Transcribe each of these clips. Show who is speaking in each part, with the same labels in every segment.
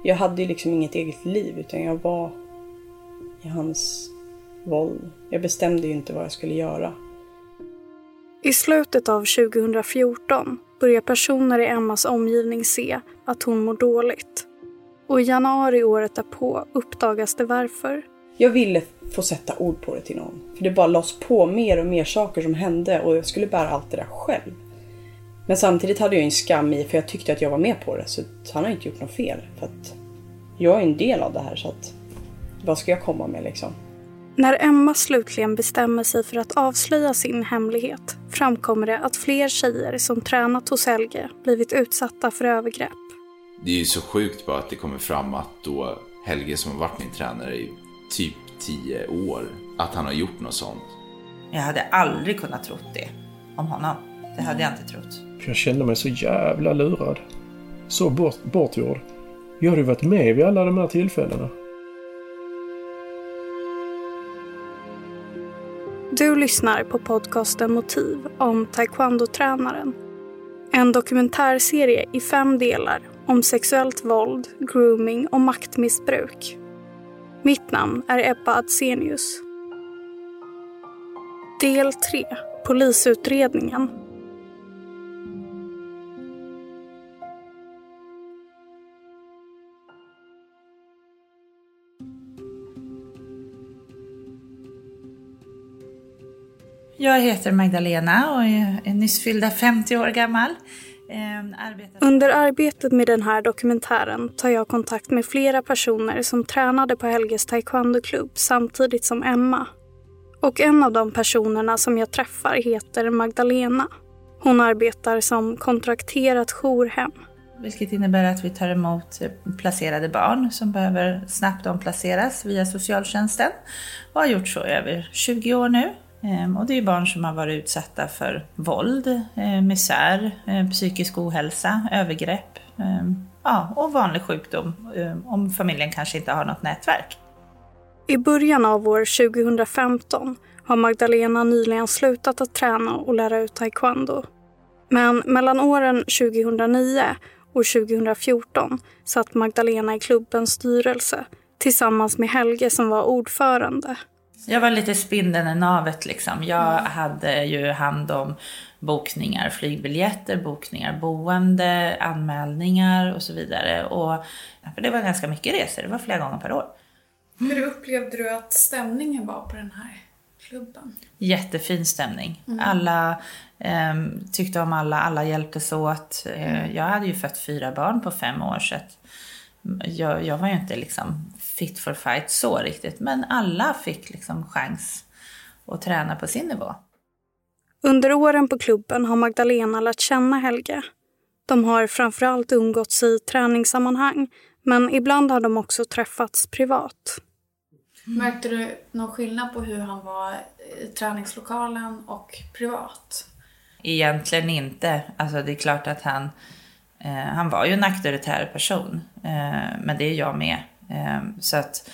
Speaker 1: Jag hade ju liksom inget eget liv, utan jag var i hans våld. Jag bestämde ju inte vad jag skulle göra.
Speaker 2: I slutet av 2014 börjar personer i Emmas omgivning se att hon mår dåligt. Och i januari året därpå uppdagas det varför.
Speaker 1: Jag ville få sätta ord på det till någon. För det bara lades på mer och mer saker som hände och jag skulle bära allt det där själv. Men samtidigt hade jag en skam i, för jag tyckte att jag var med på det. Så han har inte gjort något fel. För att jag är en del av det här, så att vad ska jag komma med liksom?
Speaker 2: När Emma slutligen bestämmer sig för att avslöja sin hemlighet framkommer det att fler tjejer som tränat hos Helge blivit utsatta för övergrepp.
Speaker 3: Det är ju så sjukt bara att det kommer fram att då Helge, som har varit min tränare i typ 10 år, att han har gjort något sånt.
Speaker 4: Jag hade aldrig kunnat tro det om honom. Det hade jag inte trott.
Speaker 5: Jag kände mig så jävla lurad. Så bortgjord. Jag hade ju varit med vid alla de här tillfällena.
Speaker 2: Du lyssnar på podcasten Motiv om taekwondo-tränaren. En dokumentärserie i 5 delar om sexuellt våld, grooming och maktmissbruk. Mitt namn är Ebba Adsenius. Del 3. Polisutredningen.
Speaker 4: Jag heter Magdalena och är nyss fyllda 50 år gammal.
Speaker 2: Under arbetet med den här dokumentären tar jag kontakt med flera personer som tränade på Helges taekwondo-klubb samtidigt som Emma. Och en av de personerna som jag träffar heter Magdalena. Hon arbetar som kontrakterat jourhem.
Speaker 4: Vilket innebär att vi tar emot placerade barn som behöver snabbt omplaceras via socialtjänsten. Och har gjort så i över 20 år nu. Och det är barn som har varit utsatta för våld, misär, psykisk ohälsa, övergrepp och vanlig sjukdom om familjen kanske inte har något nätverk.
Speaker 2: I början av år 2015 har Magdalena nyligen slutat att träna och lära ut taekwondo. Men mellan åren 2009 och 2014 satt Magdalena i klubbens styrelse tillsammans med Helge som var ordförande.
Speaker 4: Jag var lite spindeln i navet liksom. Jag hade ju hand om bokningar, flygbiljetter, bokningar, boende, anmälningar och så vidare. Och för det var ganska mycket resor, det var flera gånger per år.
Speaker 6: Hur upplevde du att stämningen var på den här klubben?
Speaker 4: Jättefin stämning. Alla tyckte om alla hjälptes åt. Jag hade ju fött 4 barn på 5 år så att jag var ju inte liksom fit for fight så riktigt. Men alla fick liksom chans att träna på sin nivå.
Speaker 2: Under åren på klubben har Magdalena lärt känna Helge. De har framförallt umgåtts i träningssammanhang. Men ibland har de också träffats privat.
Speaker 6: Märkte du någon skillnad på hur han var i träningslokalen och privat?
Speaker 4: Egentligen inte. Alltså det är klart att han var ju en auktoritär person. Men det är jag med. Så att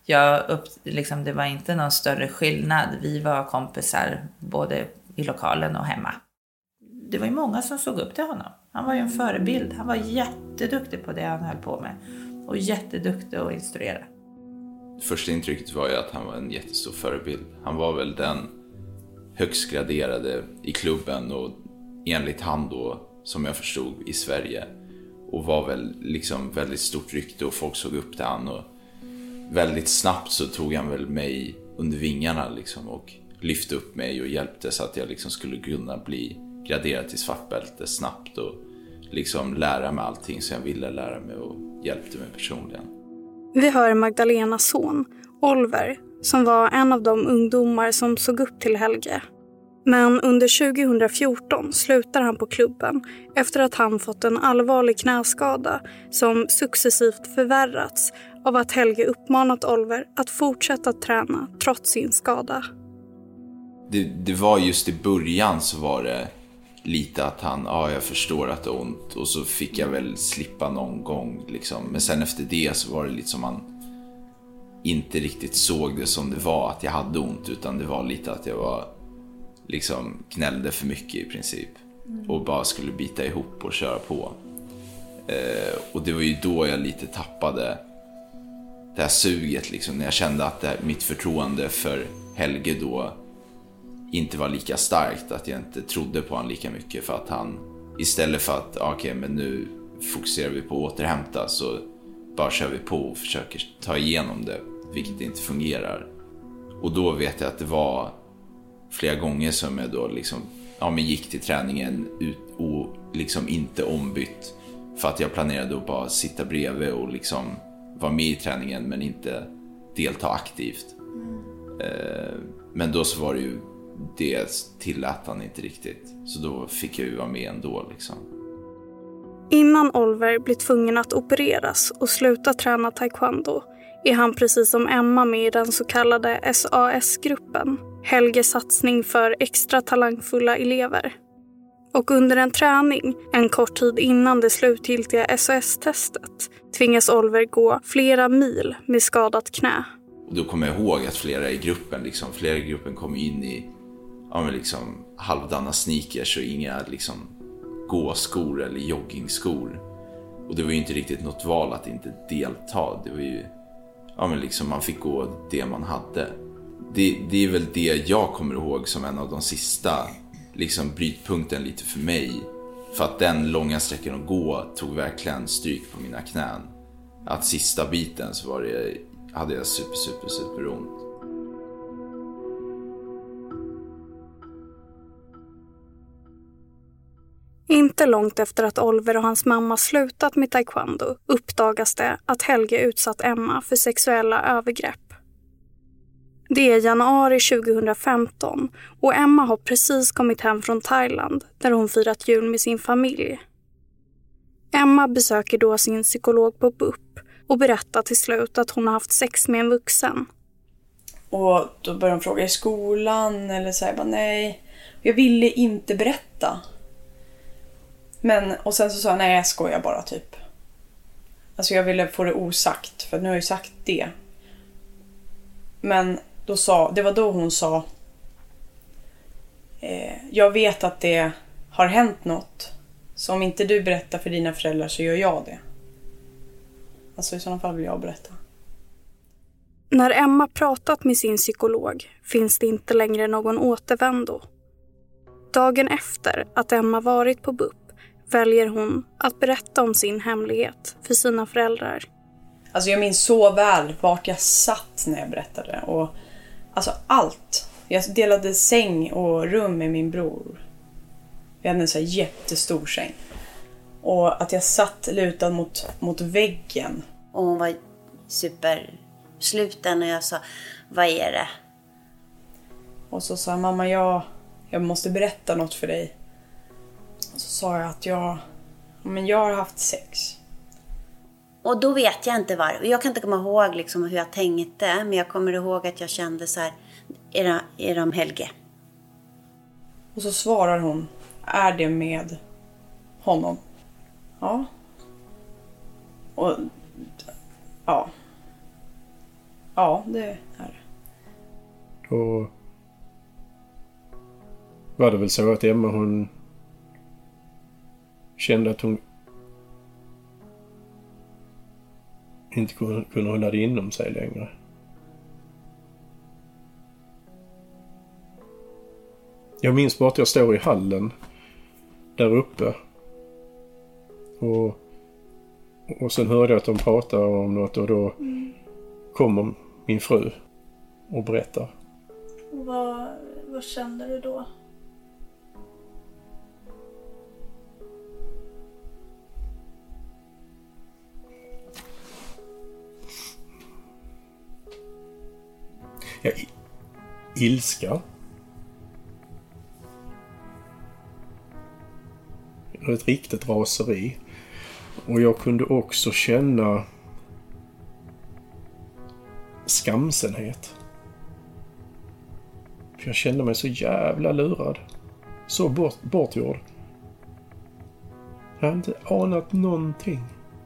Speaker 4: det var inte någon större skillnad. Vi var kompisar både i lokalen och hemma. Det var ju många som såg upp till honom. Han var ju en förebild. Han var jätteduktig på det han höll på med. Och jätteduktig att instruera.
Speaker 3: Första intrycket var ju att han var en jättestor förebild. Han var väl den högst graderade i klubben och enligt han då, som jag förstod, i Sverige. Och var väl liksom väldigt stort rykte och folk såg upp till han. Och väldigt snabbt så tog han väl mig under vingarna liksom och lyfte upp mig och hjälpte så att jag liksom skulle kunna bli graderad till svartbälte snabbt och liksom lära mig allting som jag ville lära mig och hjälpte mig personligen.
Speaker 2: Vi hör Magdalenas son, Oliver, som var en av de ungdomar som såg upp till Helge. Men under 2014 slutar han på klubben efter att han fått en allvarlig knäskada som successivt förvärrats av att Helge uppmanat Oliver att fortsätta träna trots sin skada.
Speaker 3: Det var just i början så var det lite att jag förstår att det är ont och så fick jag väl slippa någon gång liksom. Men sen efter det så var det lite som man inte riktigt såg det som det var att jag hade ont, utan det var lite att jag var liksom knällde för mycket i princip och bara skulle bita ihop och köra på. Och det var ju då jag lite tappade det här suget liksom, när jag kände att mitt förtroende för Helge då inte var lika starkt, att jag inte trodde på han lika mycket, för att han istället för att okej, men nu fokuserar vi på att återhämta, så bara kör vi på och försöker ta igenom det, vilket inte fungerar. Och då vet jag att det var flera gånger som jag då liksom, men gick till träningen ut och liksom inte ombytt, för att jag planerade att bara sitta bredvid och liksom vara med i träningen men inte delta aktivt. Men då så var det ju, det tillät han inte riktigt, så då fick jag ju vara med ändå liksom.
Speaker 2: Innan Oliver blir tvungen att opereras och sluta träna taekwondo är han precis som Emma med i den så kallade SAS-gruppen, Helges satsning för extra talangfulla elever. Och under en träning, en kort tid innan det slutgiltiga SOS-testet, tvingas Oliver gå flera mil med skadat knä.
Speaker 3: Och då kommer jag ihåg att flera i gruppen kom in i liksom halvdana sneakers och inga liksom gåskor eller joggingskor. Och det var ju inte riktigt något val att inte delta. Det var ju, liksom man fick gå det man hade. Det är väl det jag kommer ihåg som en av de sista liksom brytpunkten lite för mig. För att den långa sträckan att gå tog verkligen stryk på mina knän. Att sista biten så hade jag super ont.
Speaker 2: Inte långt efter att Oliver och hans mamma slutat med taekwondo uppdagas det att Helge utsatt Emma för sexuella övergrepp. Det är januari 2015 och Emma har precis kommit hem från Thailand där hon firat jul med sin familj. Emma besöker då sin psykolog på BUP och berättar till slut att hon har haft sex med en vuxen.
Speaker 1: Och då börjar hon fråga i skolan eller så här, bara, nej, jag ville inte berätta. Och sen så sa jag, nej jag skojar bara typ. Alltså jag ville få det osagt, för nu har jag ju sagt det. Men det var då hon sa, jag vet att det har hänt något. Så om inte du berättar för dina föräldrar så gör jag det. Alltså i sådana fall vill jag berätta.
Speaker 2: När Emma pratat med sin psykolog finns det inte längre någon återvändo. Dagen efter att Emma varit på BUP väljer hon att berätta om sin hemlighet för sina föräldrar.
Speaker 1: Alltså jag minns så väl vart jag satt när jag berättade. Och alltså allt. Jag delade säng och rum med min bror. Vi hade en så här jättestor säng. Och att jag satt lutad mot väggen.
Speaker 7: Och hon var supersluten och jag sa, vad är det?
Speaker 1: Och så sa mamma, jag måste berätta något för dig. Och så sa jag att jag har haft sex.
Speaker 7: Och då vet jag inte varför. Jag kan inte komma ihåg liksom hur jag tänkte. Men jag kommer ihåg att jag kände så här, är de Helge?
Speaker 1: Och så svarar hon, är det med honom? Ja. Och ja. Ja, det är det.
Speaker 5: Då var det väl så att Emma, hon kände att hon inte kunde hålla det inom sig längre. Jag minns bara att jag står i hallen där uppe. Och sen hörde jag att de pratade om något och då kommer min fru och berättar.
Speaker 6: Och vad kände du då?
Speaker 5: Ilska. Ett riktigt raseri. Och jag kunde också känna skamsenhet. För jag kände mig så jävla lurad. Så bortgjord. Jag hade inte anat någonting.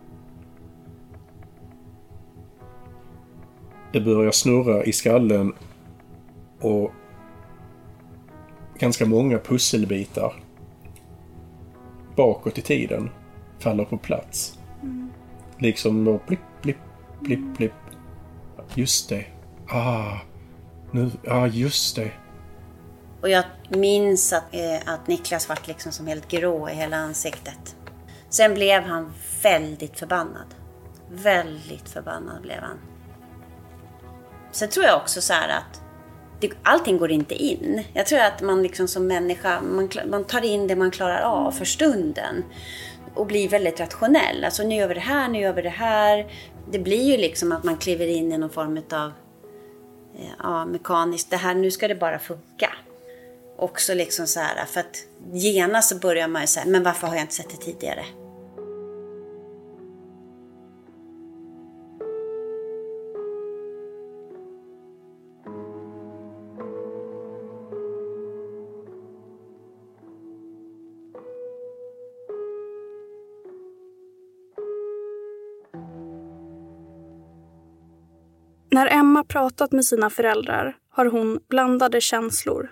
Speaker 5: Det började snurra i skallen och ganska många pusselbitar bakåt i tiden faller på plats. Liksom då blipp, blipp, blipp, blipp. Just det. Just det.
Speaker 7: Och jag minns att Niklas var liksom som helt grå i hela ansiktet. Sen blev han väldigt förbannad. Väldigt förbannad blev han. Sen tror jag också så här att allting går inte in. Jag tror att man liksom som människa, man tar in det man klarar av för stunden. Och blir väldigt rationell. Alltså nu gör vi det här, nu gör vi det här. Det blir ju liksom att man kliver in i någon form av mekaniskt. Det här, nu ska det bara funka. Också liksom så här, för att genast så börjar man ju säga, men varför har jag inte sett det tidigare?
Speaker 2: När Emma pratat med sina föräldrar har hon blandade känslor.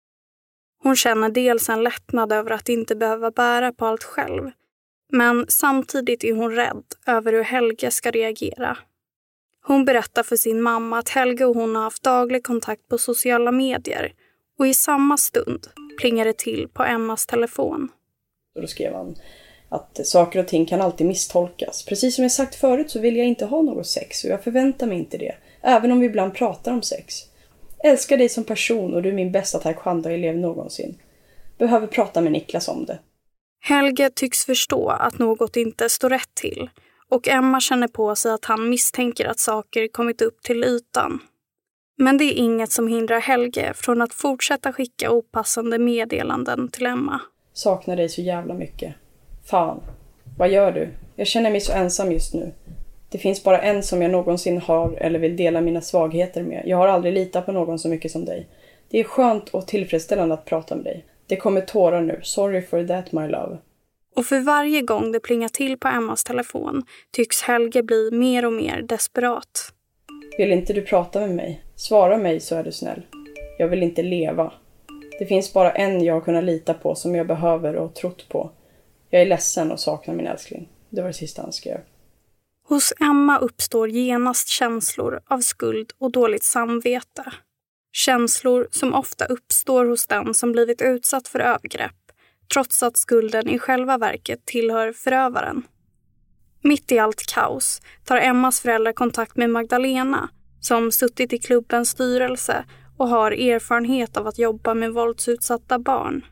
Speaker 2: Hon känner dels en lättnad över att inte behöva bära på allt själv. Men samtidigt är hon rädd över hur Helge ska reagera. Hon berättar för sin mamma att Helge och hon har haft daglig kontakt på sociala medier. Och i samma stund plingar det till på Emmas telefon.
Speaker 1: Och då skrev han att saker och ting kan alltid misstolkas. Precis som jag sagt förut så vill jag inte ha något sex och jag förväntar mig inte det. Även om vi ibland pratar om sex. Älskar dig som person och du är min bästa taekwondo-elev någonsin. Behöver prata med Niklas om det.
Speaker 2: Helge tycks förstå att något inte står rätt till. Och Emma känner på sig att han misstänker att saker kommit upp till ytan. Men det är inget som hindrar Helge från att fortsätta skicka opassande meddelanden till Emma.
Speaker 1: Saknar dig så jävla mycket. Fan, vad gör du? Jag känner mig så ensam just nu. Det finns bara en som jag någonsin har eller vill dela mina svagheter med. Jag har aldrig litat på någon så mycket som dig. Det är skönt och tillfredsställande att prata med dig. Det kommer tårar nu. Sorry for that, my love.
Speaker 2: Och för varje gång det plingar till på Emmas telefon tycks Helge bli mer och mer desperat.
Speaker 1: Vill inte du prata med mig? Svara mig så är du snäll. Jag vill inte leva. Det finns bara en jag har kunnat lita på som jag behöver och trott på. Jag är ledsen och saknar min älskling. Det var det sista han skrev.
Speaker 2: Hos Emma uppstår genast känslor av skuld och dåligt samvete. Känslor som ofta uppstår hos den som blivit utsatt för övergrepp, trots att skulden i själva verket tillhör förövaren. Mitt i allt kaos tar Emmas föräldrar kontakt med Magdalena, som suttit i klubbens styrelse och har erfarenhet av att jobba med våldsutsatta barn.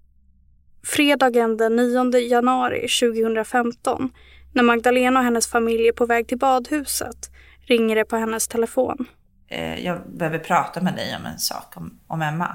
Speaker 2: Fredagen den 9 januari 2015, när Magdalena och hennes familj är på väg till badhuset, ringer det på hennes telefon.
Speaker 4: Jag behöver prata med dig om en sak om Emma.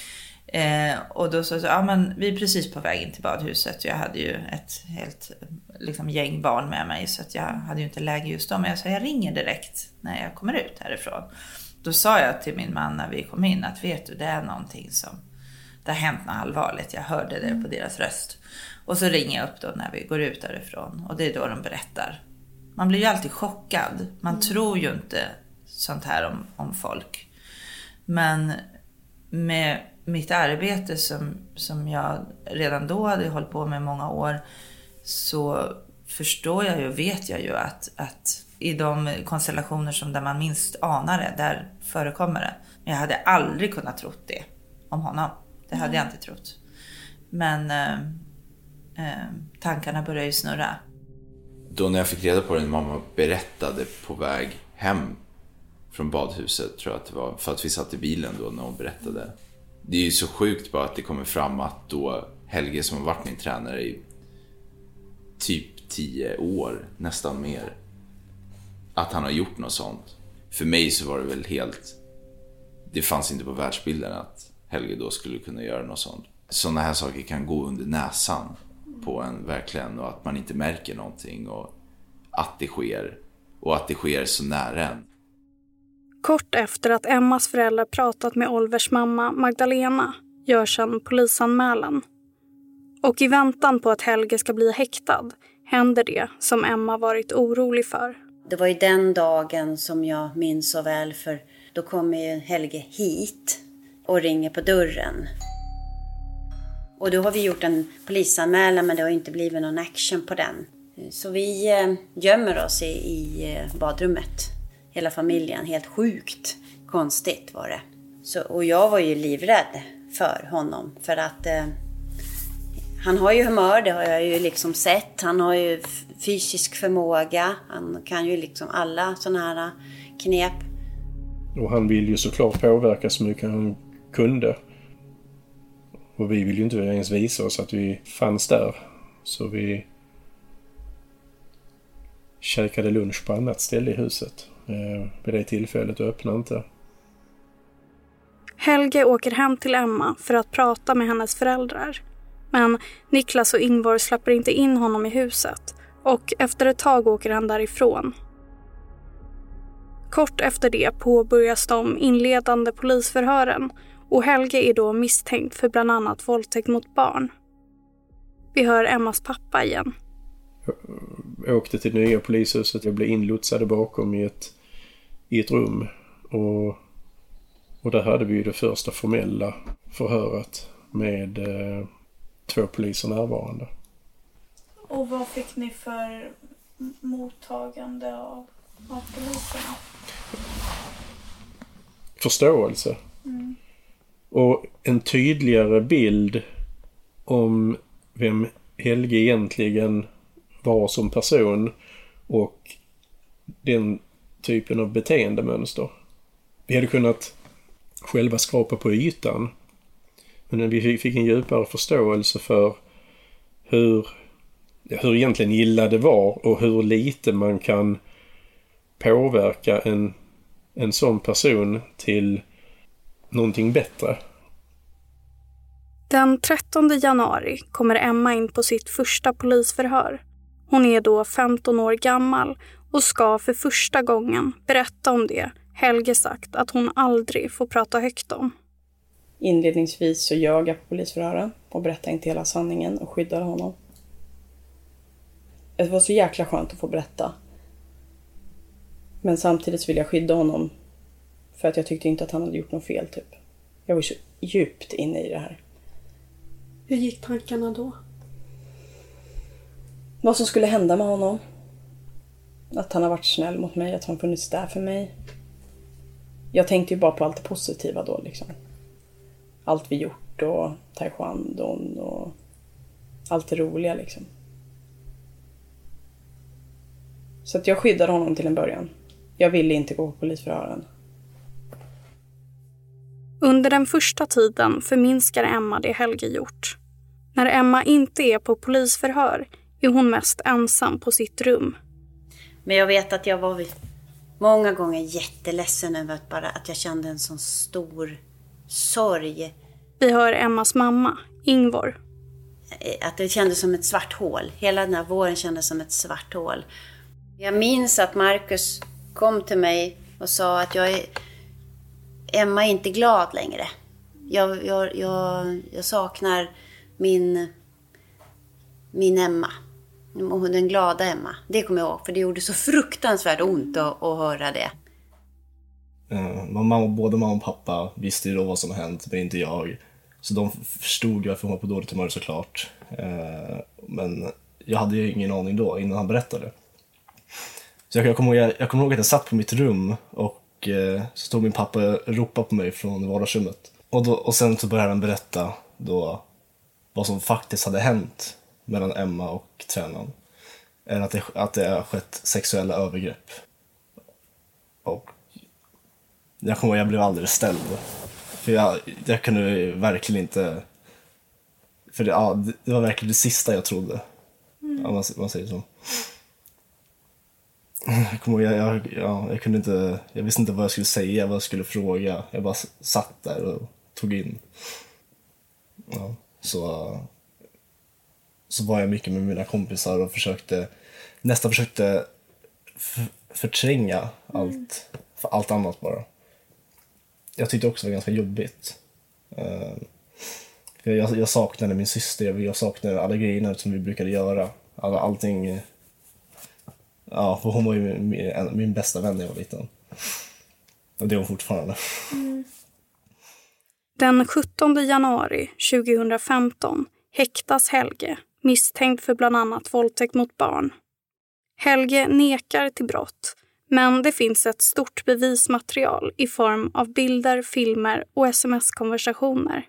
Speaker 4: Och då sa jag, men vi är precis på väg in till badhuset. Jag hade ju ett helt gäng barn med mig, så att jag hade ju inte läge just då. Men jag sa, jag ringer direkt när jag kommer ut härifrån. Då sa jag till min man när vi kom in att, vet du, det är någonting som, det har hänt något allvarligt. Jag hörde det på deras röst. Och så ringer jag upp då när vi går ut därifrån. Och det är då de berättar. Man blir ju alltid chockad. Man tror ju inte sånt här om folk. Men med mitt arbete som jag redan då hade hållit på med många år, så förstår jag ju, vet jag ju att i de konstellationer som där man minst anar det, där förekommer det. Men jag hade aldrig kunnat trott det om honom. Det hade jag inte trott. Men tankarna började ju snurra.
Speaker 3: Då när jag fick reda på det, mamma berättade på väg hem från badhuset, tror jag att det var, för att vi satt i bilen då när hon berättade. Det är ju så sjukt bara att det kommer fram att då Helge, som har varit min tränare i typ 10 år, nästan mer, att han har gjort något sånt. För mig så var det väl helt, det fanns inte på världsbilden att Helge då skulle kunna göra något sånt. Sådana här saker kan gå under näsan på en verkligen, och att man inte märker någonting, och att det sker, och att det sker så nära en.
Speaker 2: Kort efter att Emmas föräldrar pratat med Olvers mamma Magdalena görs en polisanmälan. Och i väntan på att Helge ska bli häktad händer det som Emma varit orolig för.
Speaker 7: Det var ju den dagen som jag minns så väl, för då kommer ju Helge hit och ringer på dörren. Och då har vi gjort en polisanmälan, men det har inte blivit någon action på den. Så vi gömmer oss i badrummet. Hela familjen, helt sjukt konstigt var det. Och jag var ju livrädd för honom. För att han har ju humör, det har jag ju liksom sett. Han har ju fysisk förmåga. Han kan ju liksom alla sådana här knep.
Speaker 5: Och han vill ju såklart påverka så mycket han kunde. Och vi vill ju inte ens visa oss att vi fanns där. Så vi käkade lunch på annat ställe i huset vid det tillfället och öppnade inte.
Speaker 2: Helge åker hem till Emma för att prata med hennes föräldrar. Men Niklas och Ingvar släpper inte in honom i huset och efter ett tag åker han därifrån. Kort efter det påbörjas de inledande polisförhören och Helge är då misstänkt för bland annat våldtäkt mot barn. Vi hör Emmas pappa igen.
Speaker 5: Jag åkte till det nya polishuset. Jag blev inlotsad bakom i ett rum. Och där hade vi ju det första formella förhöret med 2 poliser närvarande.
Speaker 6: Och vad fick ni för mottagande av poliserna?
Speaker 5: Förståelse. Och en tydligare bild om vem Helge egentligen var som person och den typen av beteendemönster. Vi hade kunnat själva skrapa på ytan, men vi fick en djupare förståelse för hur egentligen illa det var och hur lite man kan påverka en sån person till någonting bättre.
Speaker 2: Den 13 januari kommer Emma in på sitt första polisförhör. Hon är då 15 år gammal och ska för första gången berätta om det Helge sagt att hon aldrig får prata högt om.
Speaker 1: Inledningsvis så ljög jag på polisförhören och berättade inte hela sanningen och skyddade honom. Det var så jäkla skönt att få berätta. Men samtidigt vill jag skydda honom för att jag tyckte inte att han hade gjort något fel typ. Jag var så djupt inne i det här.
Speaker 8: Hur gick tankarna då?
Speaker 1: Vad som skulle hända med honom. Att han har varit snäll mot mig, att han funnits där för mig. Jag tänkte ju bara på allt det positiva då liksom. Allt vi gjort och taekwondo och allt det roliga liksom. Så att jag skyddade honom till en början. Jag ville inte gå på polisförhören.
Speaker 2: Under den första tiden förminskar Emma det Helge gjort. När Emma inte är på polisförhör är hon mest ensam på sitt rum.
Speaker 7: Men jag vet att jag var många gånger jätteledsen över att jag kände en sån stor sorg.
Speaker 2: Vi hör Emmas mamma, Ingvar.
Speaker 7: Att det kändes som ett svart hål. Hela den här våren kändes som ett svart hål. Jag minns att Marcus kom till mig och sa att Emma är inte glad längre. Jag saknar min Emma. Den glada Emma. Det kommer jag ihåg, för det gjorde så fruktansvärt ont att höra det.
Speaker 9: Både mamma och pappa visste ju då vad som hänt, men inte jag. Så de förstod ju att hon var på dåligt humör såklart. Men jag hade ju ingen aning då innan han berättade. Så jag kommer ihåg att jag satt på mitt rum och så stod min pappa och ropade på mig från vardagsrummet. Och sen så började han berätta då vad som faktiskt hade hänt mellan Emma och tränaren. Att det har skett sexuella övergrepp. Och jag blev alldeles ställd. För jag kunde verkligen inte... För det var verkligen det sista jag trodde. Om man säger så. Jag kunde inte... Jag visste inte vad jag skulle säga, vad jag skulle fråga. Jag bara satt där och tog in. Ja, så var jag mycket med mina kompisar och nästan försökte förtränga allt annat bara. Jag tyckte också det var ganska jobbigt. För jag saknade min syster, jag saknade alla grejerna som vi brukade göra. Allting... Ja, för hon var ju min bästa vän när jag var liten. Och det är hon fortfarande.
Speaker 2: Den 17 januari 2015 häktas Helge, misstänkt för bland annat våldtäkt mot barn. Helge nekar till brott, men det finns ett stort bevismaterial i form av bilder, filmer och sms-konversationer.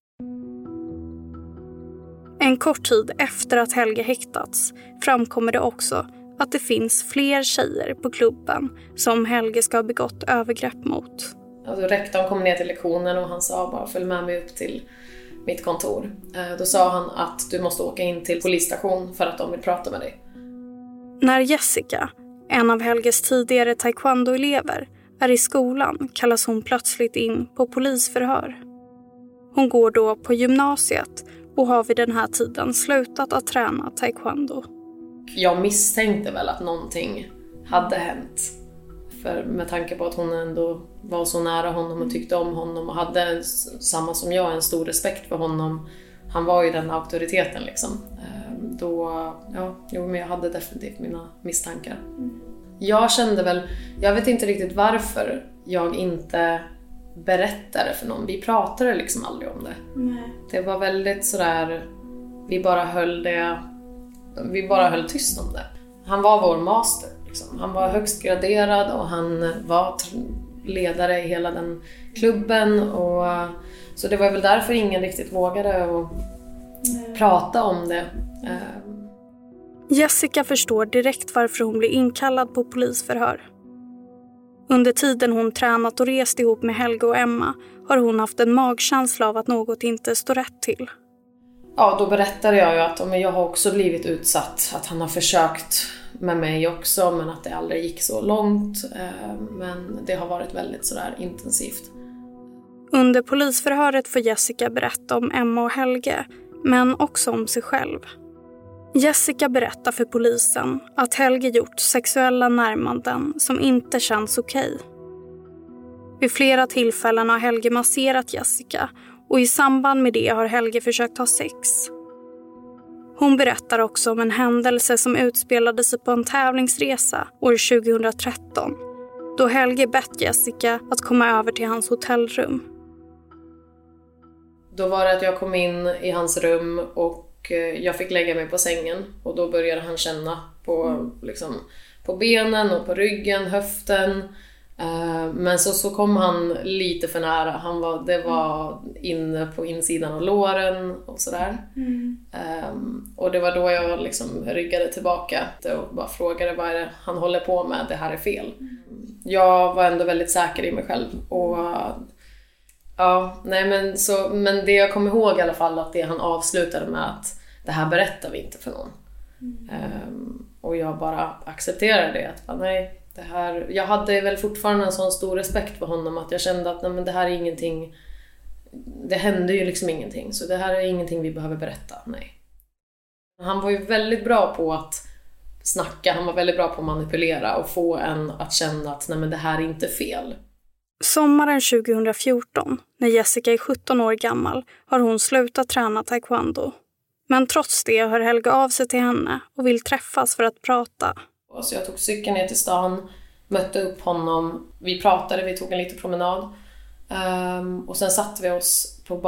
Speaker 2: En kort tid efter att Helge häktats framkommer det också att det finns fler tjejer på klubben som Helge ska ha begått övergrepp mot.
Speaker 10: Alltså, rektorn kom ner till lektionen och han sa bara följ med mig upp till mitt kontor. Då sa han att du måste åka in till polisstation för att de vill prata med dig.
Speaker 2: När Jessica, en av Helges tidigare taekwondo-elever, är i skolan kallas hon plötsligt in på polisförhör. Hon går då på gymnasiet och har vid den här tiden slutat att träna taekwondo.
Speaker 10: Jag misstänkte väl att någonting hade hänt. För med tanke på att hon ändå var så nära honom och tyckte om honom och hade samma som jag en stor respekt för honom. Han var ju den auktoriteten liksom. Men jag hade definitivt mina misstankar. Jag kände väl, jag vet inte riktigt varför jag inte berättade för någon. Vi pratade liksom aldrig om det.
Speaker 6: Nej.
Speaker 10: Det var väldigt sådär, vi bara höll tyst om det. Han var vår master liksom. Han var högst graderad och han var ledare i hela den klubben och så det var väl därför ingen riktigt vågade att prata om det.
Speaker 2: Jessica förstår direkt varför hon blir inkallad på polisförhör. Under tiden hon tränat och rest ihop med Helge och Emma har hon haft en magkänsla av att något inte står rätt till.
Speaker 10: Ja, då berättade jag ju att jag har också blivit utsatt. Att han har försökt med mig också men att det aldrig gick så långt. Men det har varit väldigt sådär intensivt.
Speaker 2: Under polisförhöret får Jessica berätta om Emma och Helge, men också om sig själv. Jessica berättar för polisen att Helge gjort sexuella närmanden som inte känns okej. Vid flera tillfällen har Helge masserat Jessica och i samband med det har Helge försökt ha sex. Hon berättar också om en händelse som utspelade sig på en tävlingsresa år 2013 då Helge bett Jessica att komma över till hans hotellrum.
Speaker 10: Då var det att jag kom in i hans rum och jag fick lägga mig på sängen och då började han känna på benen och på ryggen, höften. Men så kom han lite för nära. Det var inne på insidan av låren och sådär. Och det var då jag ryggade tillbaka och bara frågade vad är det han håller på med, det här är fel. Jag var ändå väldigt säker i mig själv och men det jag kommer ihåg i alla fall att det han avslutade med att det här berättar vi inte för någon. Och jag bara accepterade det att nej, det här, jag hade väl fortfarande en sån stor respekt för honom att jag kände att nej, men det här är ingenting, det hände ju liksom ingenting, så det här är ingenting vi behöver berätta, nej. Han var ju väldigt bra på att snacka, han var väldigt bra på att manipulera och få en att känna att nej, men det här är inte fel.
Speaker 2: Sommaren 2014, när Jessica är 17 år gammal, har hon slutat träna taekwondo. Men trots det hör Helge av sig till henne och vill träffas för att prata.
Speaker 10: Så jag tog cykeln ner till stan, mötte upp honom, vi pratade, vi tog en liten promenad. Och sen satte vi oss på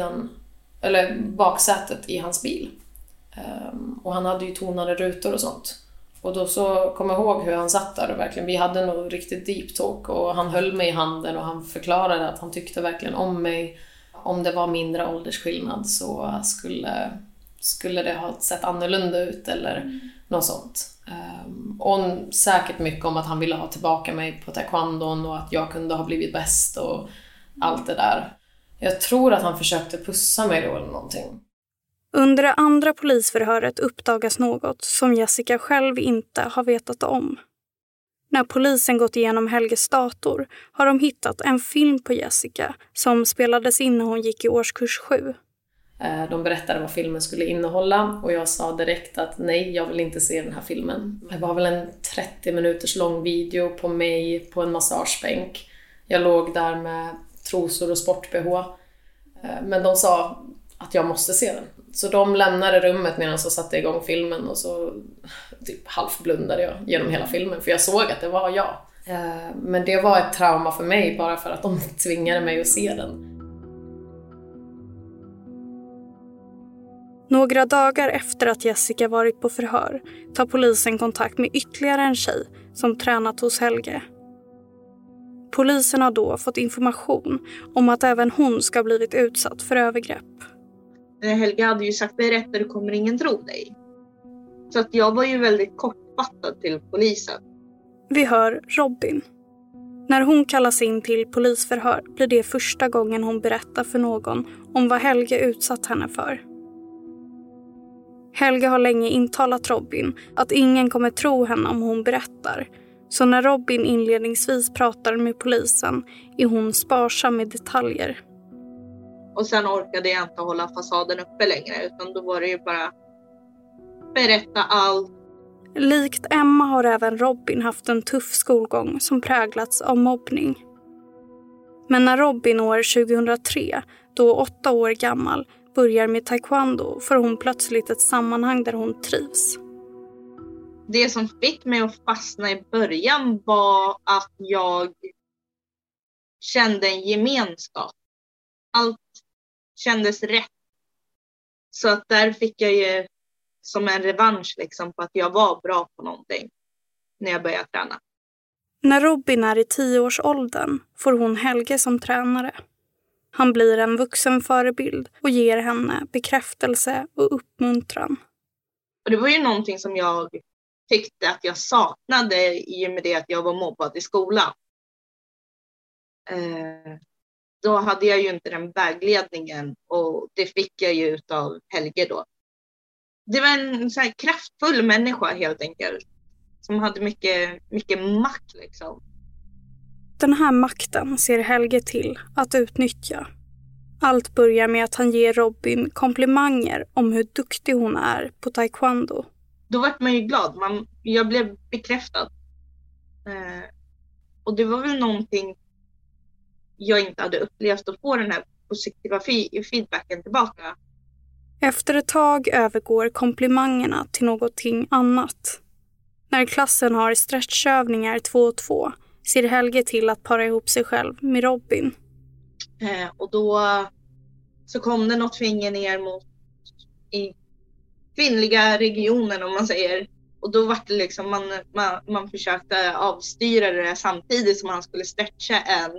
Speaker 10: baksätet i hans bil. Och han hade ju tonade rutor och sånt. Och då så kom jag ihåg hur han satt där och verkligen, vi hade nog riktigt deep talk och han höll mig i handen och han förklarade att han tyckte verkligen om mig. Om det var mindre åldersskillnad så skulle det ha sett annorlunda ut eller något sånt. Och säkert mycket om att han ville ha tillbaka mig på taekwondon och att jag kunde ha blivit bäst och allt det där. Jag tror att han försökte pussa mig då eller någonting.
Speaker 2: Under det andra polisförhöret uppdagas något som Jessica själv inte har vetat om. När polisen gått igenom Helges dator har de hittat en film på Jessica som spelades in när hon gick i årskurs 7.
Speaker 10: De berättade vad filmen skulle innehålla och jag sa direkt att nej, jag vill inte se den här filmen. Det var väl en 30 minuters lång video på mig på en massagebänk. Jag låg där med trosor och sport-BH. Men de sa att jag måste se den. Så de lämnade rummet medan jag satte igång filmen och så typ halvblundade jag genom hela filmen för jag såg att det var jag. Men det var ett trauma för mig bara för att de tvingade mig att se den.
Speaker 2: Några dagar efter att Jessica varit på förhör tar polisen kontakt med ytterligare en tjej som tränat hos Helge. Polisen har då fått information om att även hon ska ha blivit utsatt för övergrepp.
Speaker 11: Helge hade ju sagt berätta, du kommer ingen tro dig. Så att jag var ju väldigt kortfattad till polisen.
Speaker 2: Vi hör Robin. När hon kallas in till polisförhör blir det första gången hon berättar för någon om vad Helge utsatt henne för. Helge har länge intalat Robin att ingen kommer tro henne om hon berättar. Så när Robin inledningsvis pratar med polisen är hon sparsam med detaljer.
Speaker 11: Och sen orkade jag inte hålla fasaden uppe längre, utan då var det ju bara berätta allt.
Speaker 2: Likt Emma har även Robin haft en tuff skolgång som präglats av mobbning. Men när Robin år 2003, då 8 år gammal, börjar med taekwondo får hon plötsligt ett sammanhang där hon trivs.
Speaker 11: Det som fick mig att fastna i början var att jag kände en gemenskap. Allt kändes rätt. Så att där fick jag ju som en revansch liksom på att jag var bra på någonting när jag började träna.
Speaker 2: När Robin är i 10-årsåldern får hon Helge som tränare. Han blir en vuxen förebild och ger henne bekräftelse och uppmuntran.
Speaker 11: Och det var ju någonting som jag tyckte att jag saknade i och med det att jag var mobbad i skolan. Då hade jag ju inte den vägledningen och det fick jag ju utav Helge då. Det var en så här kraftfull människa helt enkelt. Som hade mycket makt liksom.
Speaker 2: Den här makten ser Helge till att utnyttja. Allt börjar med att han ger Robin komplimanger om hur duktig hon är på taekwondo.
Speaker 11: Då var man ju glad. Jag blev bekräftad. Och det var väl någonting jag inte hade upplevt att få den här positiva feedbacken tillbaka.
Speaker 2: Efter ett tag övergår komplimangerna till någonting annat. När klassen har stretchövningar 2 och 2 ser Helge till att para ihop sig själv med Robin.
Speaker 11: Och då så kom det något finger ner mot i kvinnliga regionen om man säger. Och då var det liksom man försökte avstyra det samtidigt som han skulle stretcha en.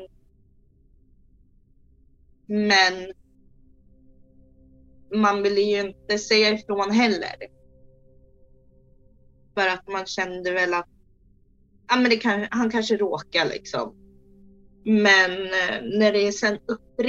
Speaker 11: Men man ville ju inte säga ifrån heller. För att man kände väl att han kanske råkar liksom. Men när det sen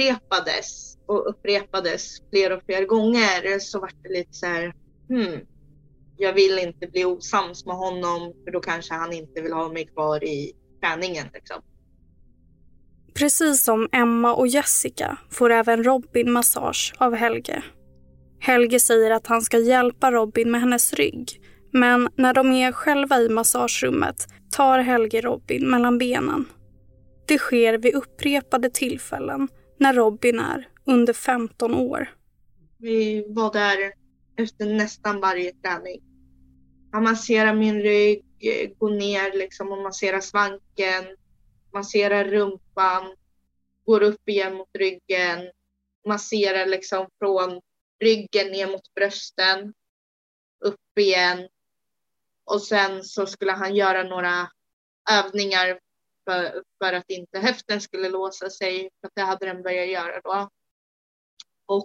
Speaker 11: upprepades fler och fler gånger så var det lite så här, jag vill inte bli osams med honom för då kanske han inte vill ha mig kvar i träningen liksom.
Speaker 2: Precis som Emma och Jessica får även Robin massage av Helge. Helge säger att han ska hjälpa Robin med hennes rygg. Men när de är själva i massagerummet tar Helge Robin mellan benen. Det sker vid upprepade tillfällen när Robin är under 15 år.
Speaker 11: Vi var där efter nästan varje träning. Han masserar min rygg, går ner liksom och masserar svanken, masserar rumpan, går upp igen mot ryggen, masserar liksom från ryggen ner mot brösten, upp igen. Och sen så skulle han göra några övningar för att inte höften skulle låsa sig. För att det hade den börjat göra då. Och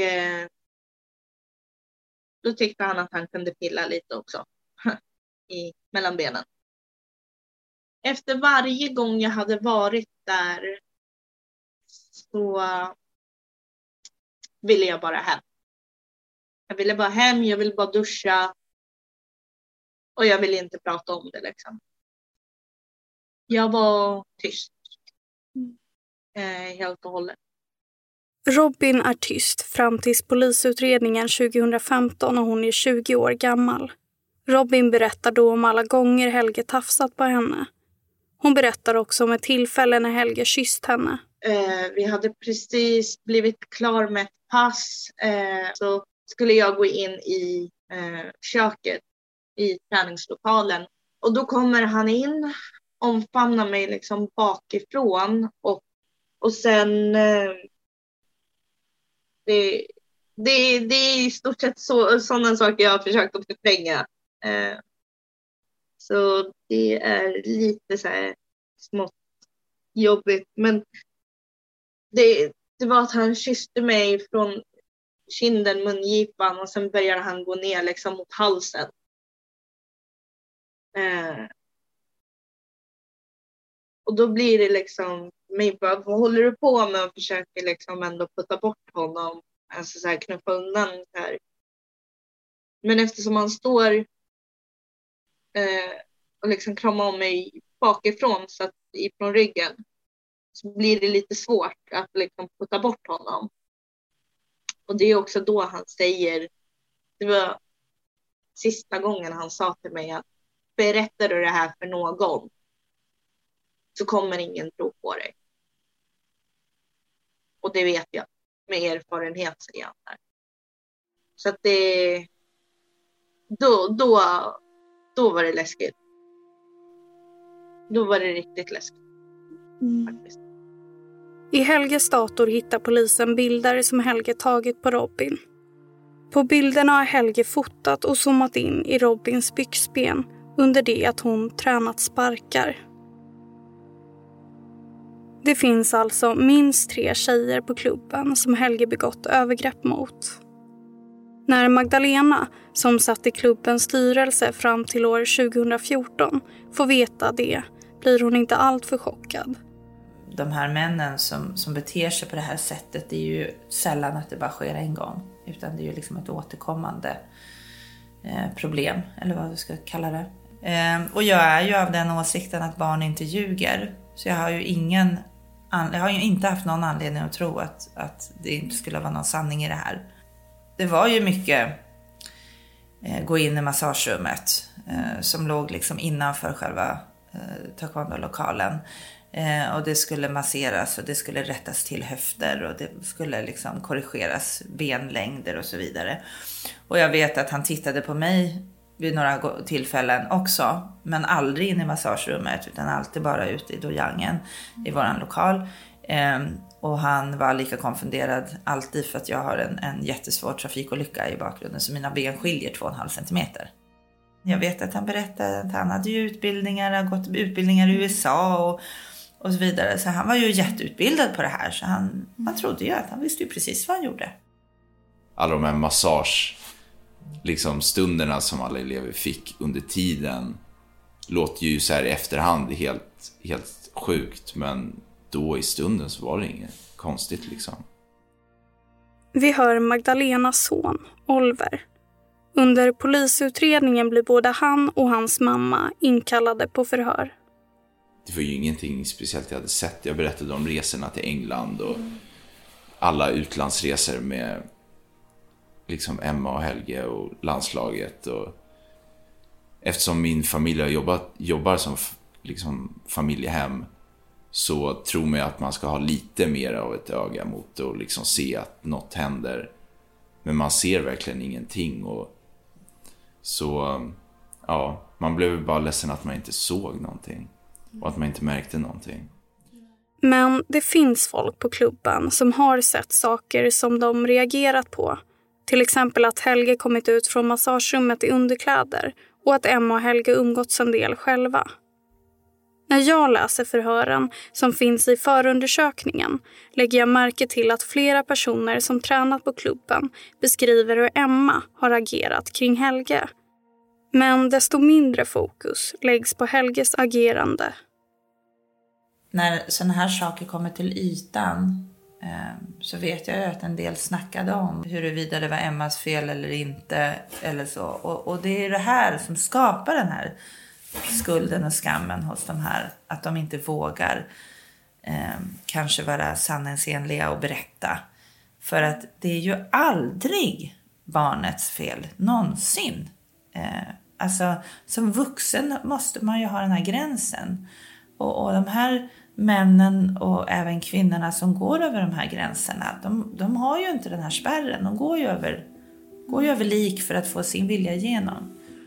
Speaker 11: då tyckte han att han kunde pilla lite också. Mellan benen. Efter varje gång jag hade varit där så ville jag bara hem. Jag ville bara hem, jag ville bara duscha. Och jag ville inte prata om det liksom. Jag var tyst. Helt och hållet.
Speaker 2: Robin är tyst fram till polisutredningen 2015 och hon är 20 år gammal. Robin berättar då om alla gånger Helge tafsat på henne. Hon berättar också om ett tillfälle när Helge kysst henne.
Speaker 11: Vi hade precis blivit klar med ett pass. Så skulle jag gå in i köket i träningslokalen. Och då kommer han in, omfamnar mig liksom bakifrån. Och sen Det är i stort sett sådana saker jag har försökt att förtränga. Så det är lite så här smått jobbigt. Men det var att han kysste mig från kinden, mungipan, och sen började han gå ner liksom mot halsen. Och då blir det liksom mig bara, vad håller du på med? Och försöker liksom ändå putta bort honom. Alltså så här knuffa undan så här. Men eftersom han står och liksom kramar om mig bakifrån, så att ifrån ryggen, så blir det lite svårt att liksom putta bort honom. Och det är också då han säger, det var sista gången han sa till mig att berättar du det här för någon så kommer ingen tro på dig. Och det vet jag med erfarenhet, säger han där. Så att det då var det läskigt. Då var det riktigt läskigt. Faktiskt.
Speaker 2: I Helges dator hittar polisen bilder som Helge tagit på Robin. På bilderna har Helge fotat och zoomat in i Robins byxben under det att hon tränat sparkar. Det finns alltså minst 3 tjejer på klubben som Helge begått övergrepp mot. När Magdalena, som satt i klubbens styrelse fram till år 2014, får veta det, blir hon inte allt för chockad.
Speaker 4: De här männen som beter sig på det här sättet, det är ju sällan att det bara sker en gång. Utan det är ju liksom ett återkommande problem, eller vad vi ska kalla det. Och jag är ju av den åsikten att barn inte ljuger. Så jag har ju inte haft någon anledning att tro att det inte skulle vara någon sanning i det här. Det var ju mycket gå in i massagerummet som låg liksom innanför själva taekwondo-lokalen. Och det skulle masseras och det skulle rättas till höfter och det skulle liksom korrigeras benlängder och så vidare. Och jag vet att han tittade på mig vid några tillfällen också, men aldrig in i massagerummet utan alltid bara ute i dojangen i våran lokal. Och han var lika konfunderad alltid för att jag har en jättesvår trafikolycka i bakgrunden så mina ben skiljer 2,5 centimeter. Jag vet att han berättade att han hade ju gått utbildningar i USA och så vidare. Så han var ju jätteutbildad på det här. Så man trodde ju att han visste ju precis vad han gjorde.
Speaker 3: Alla de här massage liksom stunderna som alla elever fick under tiden låter ju så här i efterhand helt sjukt. Men då i stunden så var det inget konstigt liksom.
Speaker 2: Vi hör Magdalenas son, Oliver. Under polisutredningen blir både han och hans mamma inkallade på förhör.
Speaker 3: Det var ju ingenting speciellt jag hade sett. Jag berättade om resorna till England och alla utlandsresor med liksom Emma och Helge och landslaget. Och eftersom min familj jobbar som liksom familjehem så tror man att man ska ha lite mer av ett öga mot och liksom se att något händer. Men man ser verkligen ingenting och så ja, man blev bara ledsen att man inte såg någonting och att man inte märkte någonting.
Speaker 2: Men det finns folk på klubben som har sett saker som de reagerat på. Till exempel att Helge kommit ut från massagerummet i underkläder och att Emma och Helge umgåtts en del själva. När jag läser förhören som finns i förundersökningen lägger jag märke till att flera personer som tränat på klubben beskriver hur Emma har agerat kring Helge. Men desto mindre fokus läggs på Helges agerande.
Speaker 4: När sådana här saker kommer till ytan så vet jag att en del snackade om huruvida det var Emmas fel eller inte. Eller så. Och det är det här som skapar den här skulden och skammen hos de här. Att de inte vågar kanske vara sanningsenliga och berätta. För att det är ju aldrig barnets fel, någonsin. Alltså som vuxen måste man ju ha den här gränsen. Och de här männen och även kvinnorna som går över de här gränserna, de har ju inte den här spärren. De går ju över lik för att få sin vilja igenom.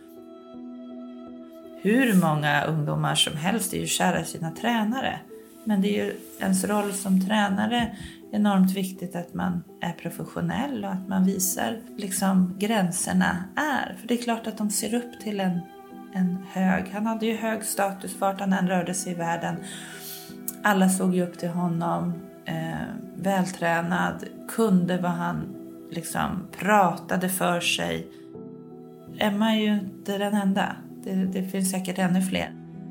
Speaker 4: Hur många ungdomar som helst är ju kära i sina tränare. Men det är ju ens roll som tränare enormt viktigt att man är professionell och att man visar liksom gränserna är. För det är klart att de ser upp till en hög. Han hade ju hög status vart han än rörde sig i världen. Alla såg ju upp till honom. Vältränad, kunde vad han liksom pratade för sig. Emma är ju inte den enda. Det finns säkert ännu fler.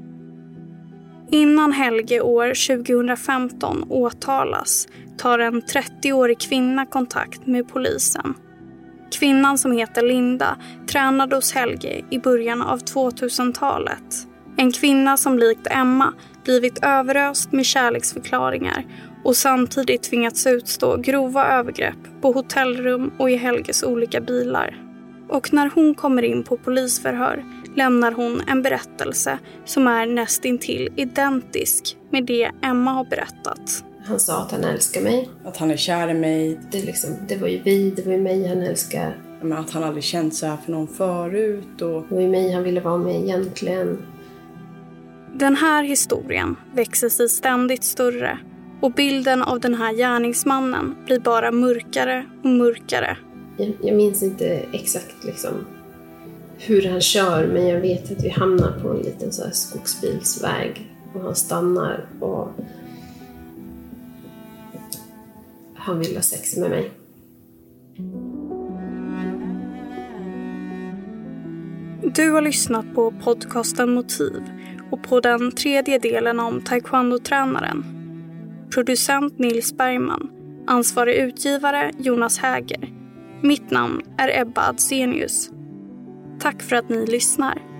Speaker 2: Innan Helge år 2015 åtalas tar en 30-årig kvinna kontakt med polisen. Kvinnan som heter Linda tränade hos Helge i början av 2000-talet. En kvinna som likt Emma blivit överöst med kärleksförklaringar och samtidigt tvingats utstå grova övergrepp på hotellrum och i Helges olika bilar. Och när hon kommer in på polisförhör lämnar hon en berättelse som är nästintill identisk med det Emma har berättat.
Speaker 12: Han sa att han älskar mig.
Speaker 1: Att han är kär i mig.
Speaker 12: Det var ju mig han älskar.
Speaker 1: Men att han aldrig känt så här för någon förut. Och...
Speaker 12: Det var ju mig han ville vara med egentligen.
Speaker 2: Den här historien växer sig ständigt större och bilden av den här gärningsmannen blir bara mörkare och mörkare.
Speaker 12: Jag minns inte exakt liksom hur han kör, men jag vet att vi hamnar på en liten så här skogsbilsväg och han stannar och han vill ha sex med mig.
Speaker 2: Du har lyssnat på podcasten Motiv och på den tredje delen om taekwondo-tränaren. Producent Nils Bergman, ansvarig utgivare Jonas Häger. Mitt namn är Ebba Adsenius. Tack för att ni lyssnar.